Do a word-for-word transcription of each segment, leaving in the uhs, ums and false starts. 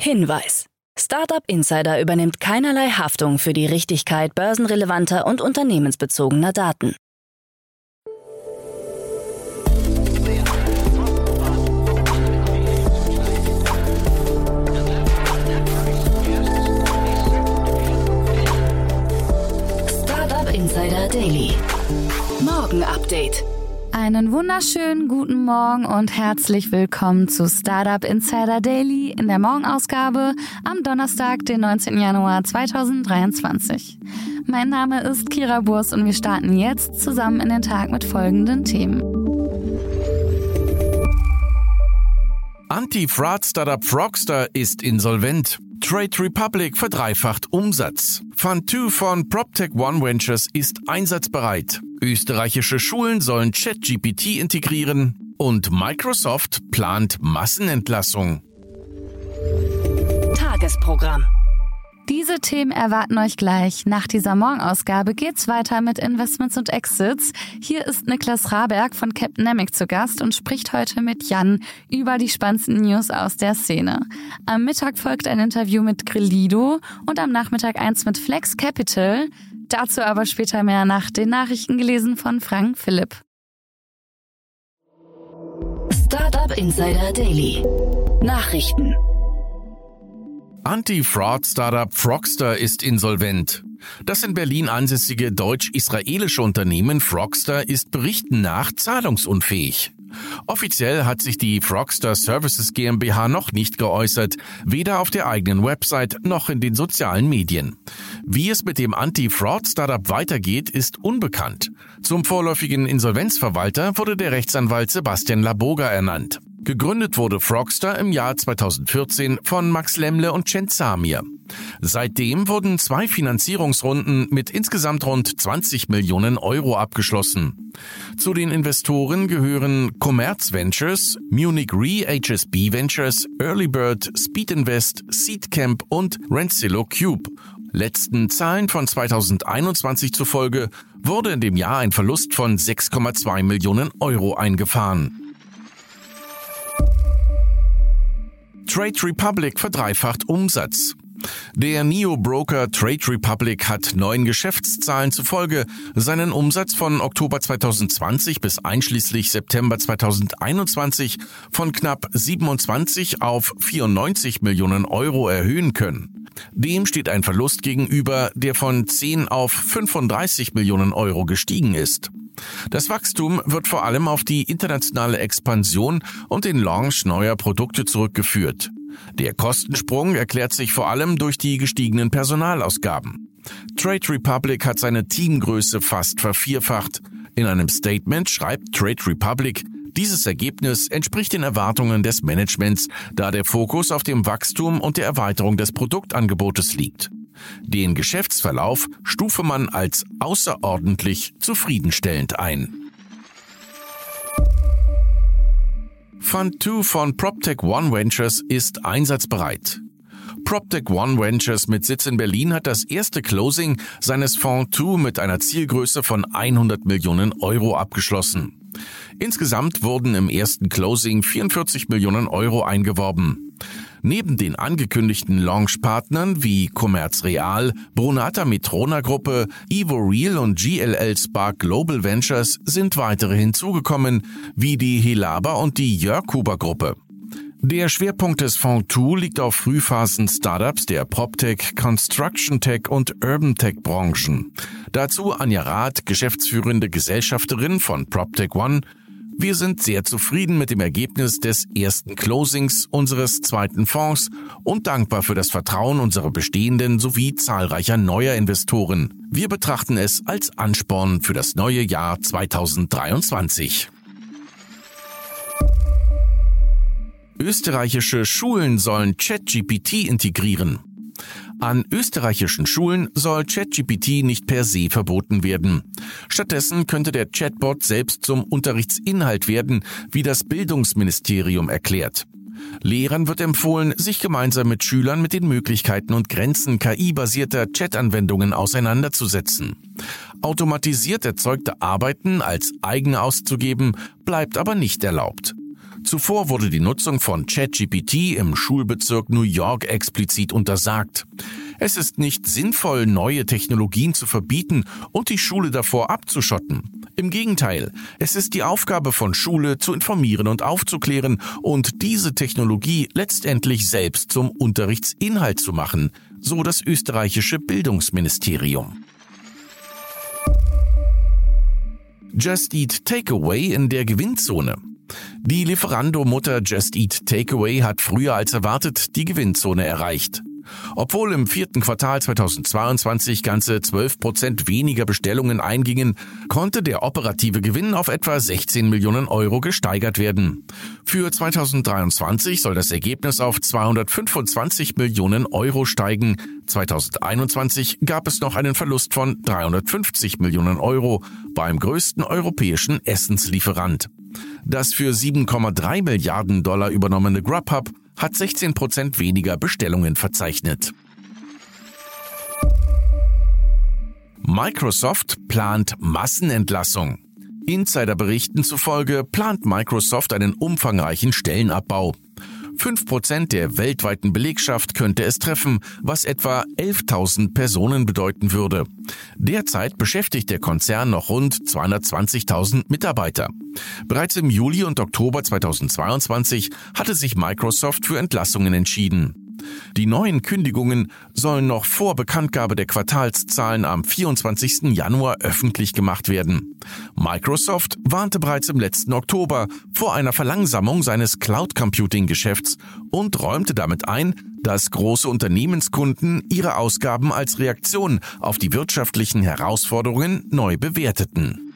Hinweis: Startup Insider übernimmt keinerlei Haftung für die Richtigkeit börsenrelevanter und unternehmensbezogener Daten. Startup Insider Daily. Morgen Update. Einen wunderschönen guten Morgen und herzlich willkommen zu Startup Insider Daily in der Morgenausgabe am Donnerstag, den neunzehnten Januar zweitausenddreiundzwanzig. Mein Name ist Kira Burs und wir starten jetzt zusammen in den Tag mit folgenden Themen. Anti-Fraud-Startup Frogster ist insolvent. Trade Republic verdreifacht Umsatz. Fund zwei von PropTech One Ventures ist einsatzbereit. Österreichische Schulen sollen ChatGPT integrieren. Und Microsoft plant Massenentlassung. Tagesprogramm. Diese Themen erwarten euch gleich. Nach dieser Morgenausgabe geht's weiter mit Investments und Exits. Hier ist Niklas Raberg von Capnamic zu Gast und spricht heute mit Jan über die spannendsten News aus der Szene. Am Mittag folgt ein Interview mit Grillido und am Nachmittag eins mit Flex Capital. Dazu aber später mehr nach den Nachrichten gelesen von Frank Philipp. Startup Insider Daily. Nachrichten. Anti-Fraud-Startup Frogster ist insolvent. Das in Berlin ansässige deutsch-israelische Unternehmen Frogster ist Berichten nach zahlungsunfähig. Offiziell hat sich die Frogster Services GmbH noch nicht geäußert, weder auf der eigenen Website noch in den sozialen Medien. Wie es mit dem Anti-Fraud-Startup weitergeht, ist unbekannt. Zum vorläufigen Insolvenzverwalter wurde der Rechtsanwalt Sebastian Laboga ernannt. Gegründet wurde Frogster im Jahr zweitausendvierzehn von Max Lemmle und Cenk Samir. Seitdem wurden zwei Finanzierungsrunden mit insgesamt rund zwanzig Millionen Euro abgeschlossen. Zu den Investoren gehören Commerz Ventures, Munich Re H S B Ventures, Earlybird, Speed Invest, Seedcamp und Rensselaer Cube. Letzten Zahlen von zweitausendeinundzwanzig zufolge wurde in dem Jahr ein Verlust von sechs Komma zwei Millionen Euro eingefahren. Trade Republic verdreifacht Umsatz. Der Neo-Broker Trade Republic hat neuen Geschäftszahlen zufolge seinen Umsatz von Oktober zweitausendzwanzig bis einschließlich September zweitausendeinundzwanzig von knapp siebenundzwanzig auf vierundneunzig Millionen Euro erhöhen können. Dem steht ein Verlust gegenüber, der von zehn auf fünfunddreißig Millionen Euro gestiegen ist. Das Wachstum wird vor allem auf die internationale Expansion und den Launch neuer Produkte zurückgeführt. Der Kostensprung erklärt sich vor allem durch die gestiegenen Personalausgaben. Trade Republic hat seine Teamgröße fast vervierfacht. In einem Statement schreibt Trade Republic, dieses Ergebnis entspricht den Erwartungen des Managements, da der Fokus auf dem Wachstum und der Erweiterung des Produktangebotes liegt. Den Geschäftsverlauf stufe man als außerordentlich zufriedenstellend ein. Fund zwei von PropTech One Ventures ist einsatzbereit. PropTech One Ventures mit Sitz in Berlin hat das erste Closing seines Fonds zwei mit einer Zielgröße von hundert Millionen Euro abgeschlossen. Insgesamt wurden im ersten Closing vierundvierzig Millionen Euro eingeworben. Neben den angekündigten Launchpartnern wie Commerz Real, Brunata Metrona Gruppe, Evo Real und G L L Spark Global Ventures sind weitere hinzugekommen, wie die Helaba und die Jörg Huber Gruppe. Der Schwerpunkt des Fonds zwei liegt auf Frühphasen-Startups der PropTech, Construction Tech und Urban Tech Branchen. Dazu Anja Rath, geschäftsführende Gesellschafterin von PropTech One. Wir sind sehr zufrieden mit dem Ergebnis des ersten Closings unseres zweiten Fonds und dankbar für das Vertrauen unserer bestehenden sowie zahlreicher neuer Investoren. Wir betrachten es als Ansporn für das neue Jahr zweitausenddreiundzwanzig. Österreichische Schulen sollen ChatGPT integrieren. An österreichischen Schulen soll ChatGPT nicht per se verboten werden. Stattdessen könnte der Chatbot selbst zum Unterrichtsinhalt werden, wie das Bildungsministerium erklärt. Lehrern wird empfohlen, sich gemeinsam mit Schülern mit den Möglichkeiten und Grenzen K I-basierter Chat-Anwendungen auseinanderzusetzen. Automatisiert erzeugte Arbeiten als eigene auszugeben, bleibt aber nicht erlaubt. Zuvor wurde die Nutzung von ChatGPT im Schulbezirk New York explizit untersagt. Es ist nicht sinnvoll, neue Technologien zu verbieten und die Schule davor abzuschotten. Im Gegenteil, es ist die Aufgabe von Schule, zu informieren und aufzuklären und diese Technologie letztendlich selbst zum Unterrichtsinhalt zu machen, so das österreichische Bildungsministerium. Just Eat Takeaway in der Gewinnzone. Die Lieferando-Mutter Just Eat Takeaway hat früher als erwartet die Gewinnzone erreicht. Obwohl im vierten Quartal zweitausendzweiundzwanzig ganze zwölf Prozent weniger Bestellungen eingingen, konnte der operative Gewinn auf etwa sechzehn Millionen Euro gesteigert werden. Für zweitausenddreiundzwanzig soll das Ergebnis auf zweihundertfünfundzwanzig Millionen Euro steigen. zweitausendeinundzwanzig gab es noch einen Verlust von dreihundertfünfzig Millionen Euro beim größten europäischen Essenslieferant. Das für sieben Komma drei Milliarden Dollar übernommene Grubhub hat sechzehn Prozent weniger Bestellungen verzeichnet. Microsoft plant Massenentlassung. Insiderberichten zufolge plant Microsoft einen umfangreichen Stellenabbau. Fünf Prozent der weltweiten Belegschaft könnte es treffen, was etwa elftausend Personen bedeuten würde. Derzeit beschäftigt der Konzern noch rund zweihundertzwanzigtausend Mitarbeiter. Bereits im Juli und Oktober zweitausendzweiundzwanzig hatte sich Microsoft für Entlassungen entschieden. Die neuen Kündigungen sollen noch vor Bekanntgabe der Quartalszahlen am vierundzwanzigsten Januar öffentlich gemacht werden. Microsoft warnte bereits im letzten Oktober vor einer Verlangsamung seines Cloud-Computing-Geschäfts und räumte damit ein, dass große Unternehmenskunden ihre Ausgaben als Reaktion auf die wirtschaftlichen Herausforderungen neu bewerteten.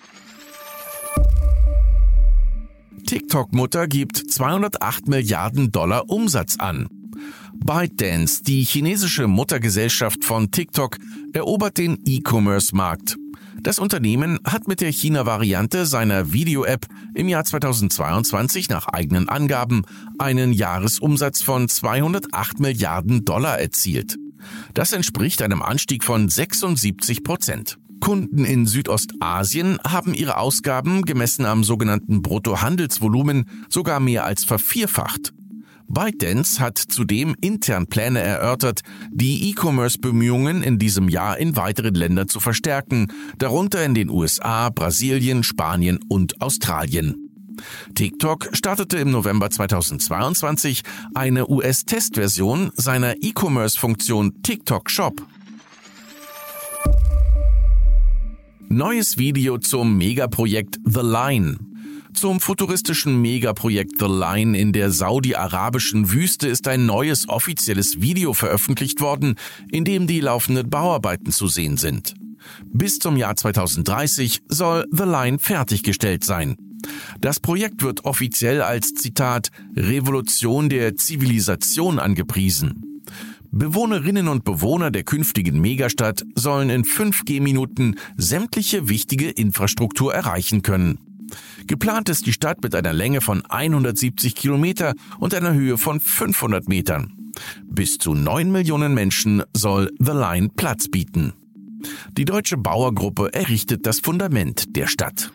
TikTok-Mutter gibt zweihundertacht Milliarden Dollar Umsatz an. ByteDance, die chinesische Muttergesellschaft von TikTok, erobert den E-Commerce-Markt. Das Unternehmen hat mit der China-Variante seiner Video-App im Jahr zweitausendzweiundzwanzig nach eigenen Angaben einen Jahresumsatz von zweihundertacht Milliarden Dollar erzielt. Das entspricht einem Anstieg von sechsundsiebzig Prozent. Kunden in Südostasien haben ihre Ausgaben, gemessen am sogenannten Bruttohandelsvolumen, sogar mehr als vervierfacht. ByteDance hat zudem intern Pläne erörtert, die E-Commerce-Bemühungen in diesem Jahr in weiteren Ländern zu verstärken, darunter in den U S A, Brasilien, Spanien und Australien. TikTok startete im November zweitausendzweiundzwanzig eine U S-Testversion seiner E-Commerce-Funktion TikTok Shop. Neues Video zum Megaprojekt The Line. Zum futuristischen Megaprojekt The Line in der saudi-arabischen Wüste ist ein neues offizielles Video veröffentlicht worden, in dem die laufenden Bauarbeiten zu sehen sind. Bis zum Jahr zweitausenddreißig soll The Line fertiggestellt sein. Das Projekt wird offiziell als, Zitat, Revolution der Zivilisation angepriesen. Bewohnerinnen und Bewohner der künftigen Megastadt sollen in fünf G-Minuten sämtliche wichtige Infrastruktur erreichen können. Geplant ist die Stadt mit einer Länge von hundertsiebzig Kilometer und einer Höhe von fünfhundert Metern. Bis zu neun Millionen Menschen soll The Line Platz bieten. Die deutsche Bauergruppe errichtet das Fundament der Stadt.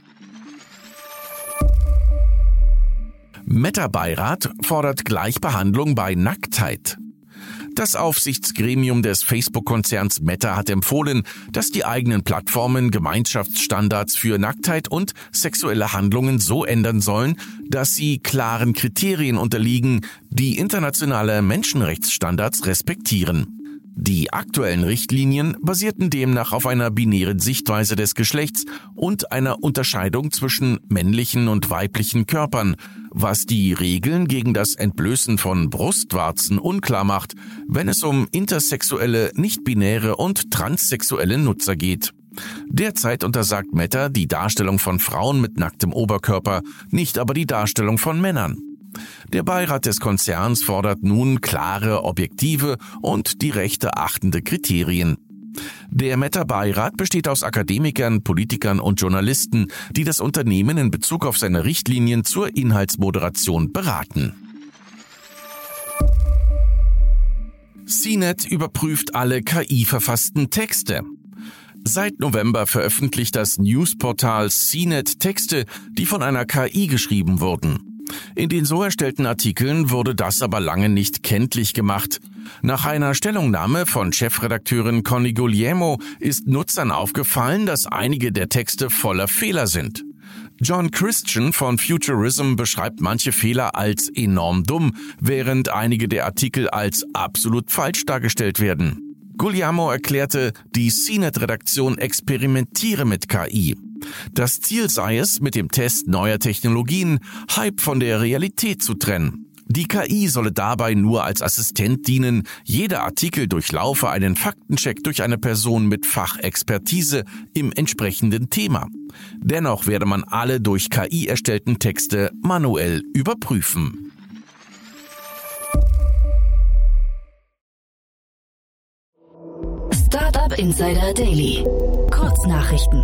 Meta-Beirat fordert Gleichbehandlung bei Nacktheit. Das Aufsichtsgremium des Facebook-Konzerns Meta hat empfohlen, dass die eigenen Plattformen Gemeinschaftsstandards für Nacktheit und sexuelle Handlungen so ändern sollen, dass sie klaren Kriterien unterliegen, die internationale Menschenrechtsstandards respektieren. Die aktuellen Richtlinien basierten demnach auf einer binären Sichtweise des Geschlechts und einer Unterscheidung zwischen männlichen und weiblichen Körpern, was die Regeln gegen das Entblößen von Brustwarzen unklar macht, wenn es um intersexuelle, nicht-binäre und transsexuelle Nutzer geht. Derzeit untersagt Meta die Darstellung von Frauen mit nacktem Oberkörper, nicht aber die Darstellung von Männern. Der Beirat des Konzerns fordert nun klare, objektive und die Rechte achtende Kriterien. Der Meta-Beirat besteht aus Akademikern, Politikern und Journalisten, die das Unternehmen in Bezug auf seine Richtlinien zur Inhaltsmoderation beraten. C net überprüft alle K I-verfassten Texte. Seit November veröffentlicht das Newsportal C net Texte, die von einer K I geschrieben wurden. In den so erstellten Artikeln wurde das aber lange nicht kenntlich gemacht. Nach einer Stellungnahme von Chefredakteurin Connie Guglielmo ist Nutzern aufgefallen, dass einige der Texte voller Fehler sind. John Christian von Futurism beschreibt manche Fehler als enorm dumm, während einige der Artikel als absolut falsch dargestellt werden. Guglielmo erklärte, die C net-Redaktion experimentiere mit K I. Das Ziel sei es, mit dem Test neuer Technologien Hype von der Realität zu trennen. Die K I solle dabei nur als Assistent dienen, jeder Artikel durchlaufe einen Faktencheck durch eine Person mit Fachexpertise im entsprechenden Thema. Dennoch werde man alle durch K I erstellten Texte manuell überprüfen. Startup Insider Daily. Kurznachrichten.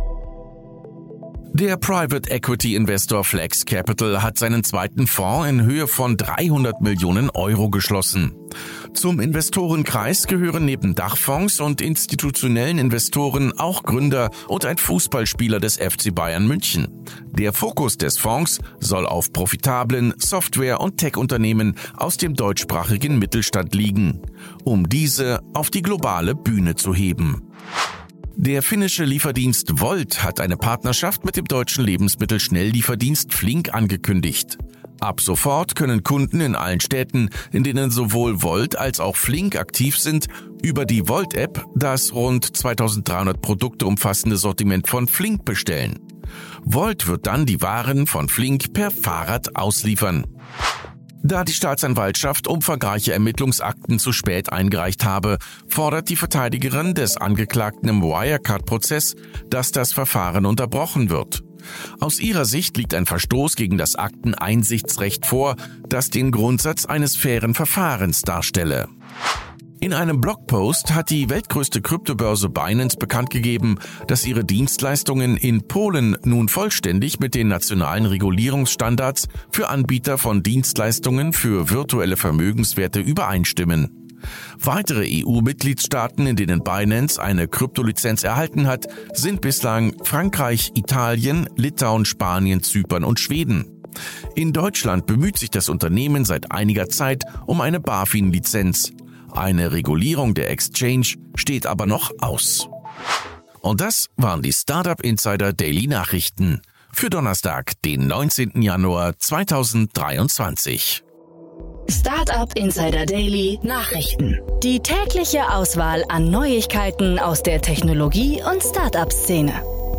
Der Private Equity Investor Flex Capital hat seinen zweiten Fonds in Höhe von dreihundert Millionen Euro geschlossen. Zum Investorenkreis gehören neben Dachfonds und institutionellen Investoren auch Gründer und ein Fußballspieler des F C Bayern München. Der Fokus des Fonds soll auf profitablen Software- und Tech-Unternehmen aus dem deutschsprachigen Mittelstand liegen, um diese auf die globale Bühne zu heben. Der finnische Lieferdienst Wolt hat eine Partnerschaft mit dem deutschen Lebensmittelschnelllieferdienst Flink angekündigt. Ab sofort können Kunden in allen Städten, in denen sowohl Wolt als auch Flink aktiv sind, über die Wolt-App das rund zweitausenddreihundert Produkte umfassende Sortiment von Flink bestellen. Wolt wird dann die Waren von Flink per Fahrrad ausliefern. Da die Staatsanwaltschaft umfangreiche Ermittlungsakten zu spät eingereicht habe, fordert die Verteidigerin des Angeklagten im Wirecard-Prozess, dass das Verfahren unterbrochen wird. Aus ihrer Sicht liegt ein Verstoß gegen das Akteneinsichtsrecht vor, das den Grundsatz eines fairen Verfahrens darstelle. In einem Blogpost hat die weltgrößte Kryptobörse Binance bekannt gegeben, dass ihre Dienstleistungen in Polen nun vollständig mit den nationalen Regulierungsstandards für Anbieter von Dienstleistungen für virtuelle Vermögenswerte übereinstimmen. Weitere E U-Mitgliedstaaten, in denen Binance eine Kryptolizenz erhalten hat, sind bislang Frankreich, Italien, Litauen, Spanien, Zypern und Schweden. In Deutschland bemüht sich das Unternehmen seit einiger Zeit um eine BaFin-Lizenz. Eine Regulierung der Exchange steht aber noch aus. Und das waren die Startup Insider Daily Nachrichten für Donnerstag, den neunzehnten Januar zweitausenddreiundzwanzig. Startup Insider Daily Nachrichten. Die tägliche Auswahl an Neuigkeiten aus der Technologie- und Startup-Szene.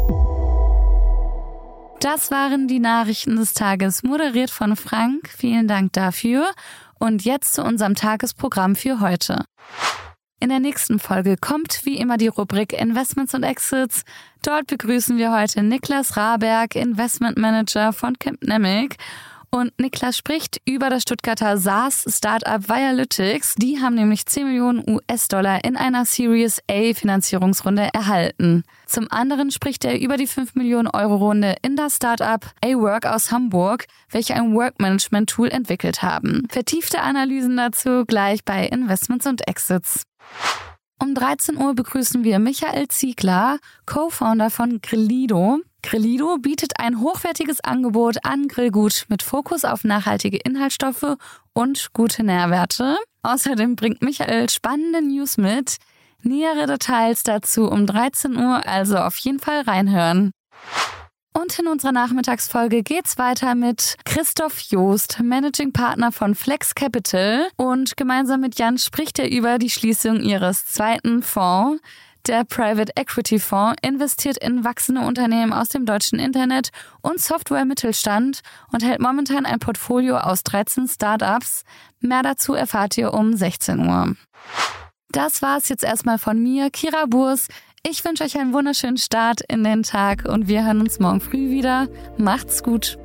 Das waren die Nachrichten des Tages, moderiert von Frank. Vielen Dank dafür. Und jetzt zu unserem Tagesprogramm für heute. In der nächsten Folge kommt wie immer die Rubrik Investments und Exits. Dort begrüßen wir heute Niklas Raberg, Investment Manager von Capnemic. Und Niklas spricht über das Stuttgarter SaaS-Startup Vialytics. Die haben nämlich zehn Millionen U S-Dollar in einer Series A Finanzierungsrunde erhalten. Zum anderen spricht er über die fünf Millionen Euro Runde in das Startup A-Work aus Hamburg, welche ein Work-Management-Tool entwickelt haben. Vertiefte Analysen dazu gleich bei Investments und Exits. Um dreizehn Uhr begrüßen wir Michael Ziegler, Co-Founder von Grillido. Grillido bietet ein hochwertiges Angebot an Grillgut mit Fokus auf nachhaltige Inhaltsstoffe und gute Nährwerte. Außerdem bringt Michael spannende News mit. Nähere Details dazu um dreizehn Uhr, also auf jeden Fall reinhören. Und in unserer Nachmittagsfolge geht's weiter mit Christoph Joost, Managing Partner von Flex Capital. Und gemeinsam mit Jan spricht er über die Schließung ihres zweiten Fonds. Der Private Equity Fonds investiert in wachsende Unternehmen aus dem deutschen Internet- und Software-Mittelstand und hält momentan ein Portfolio aus dreizehn Startups. Mehr dazu erfahrt ihr um sechzehn Uhr. Das war's jetzt erstmal von mir, Kira Burs. Ich wünsche euch einen wunderschönen Start in den Tag und wir hören uns morgen früh wieder. Macht's gut.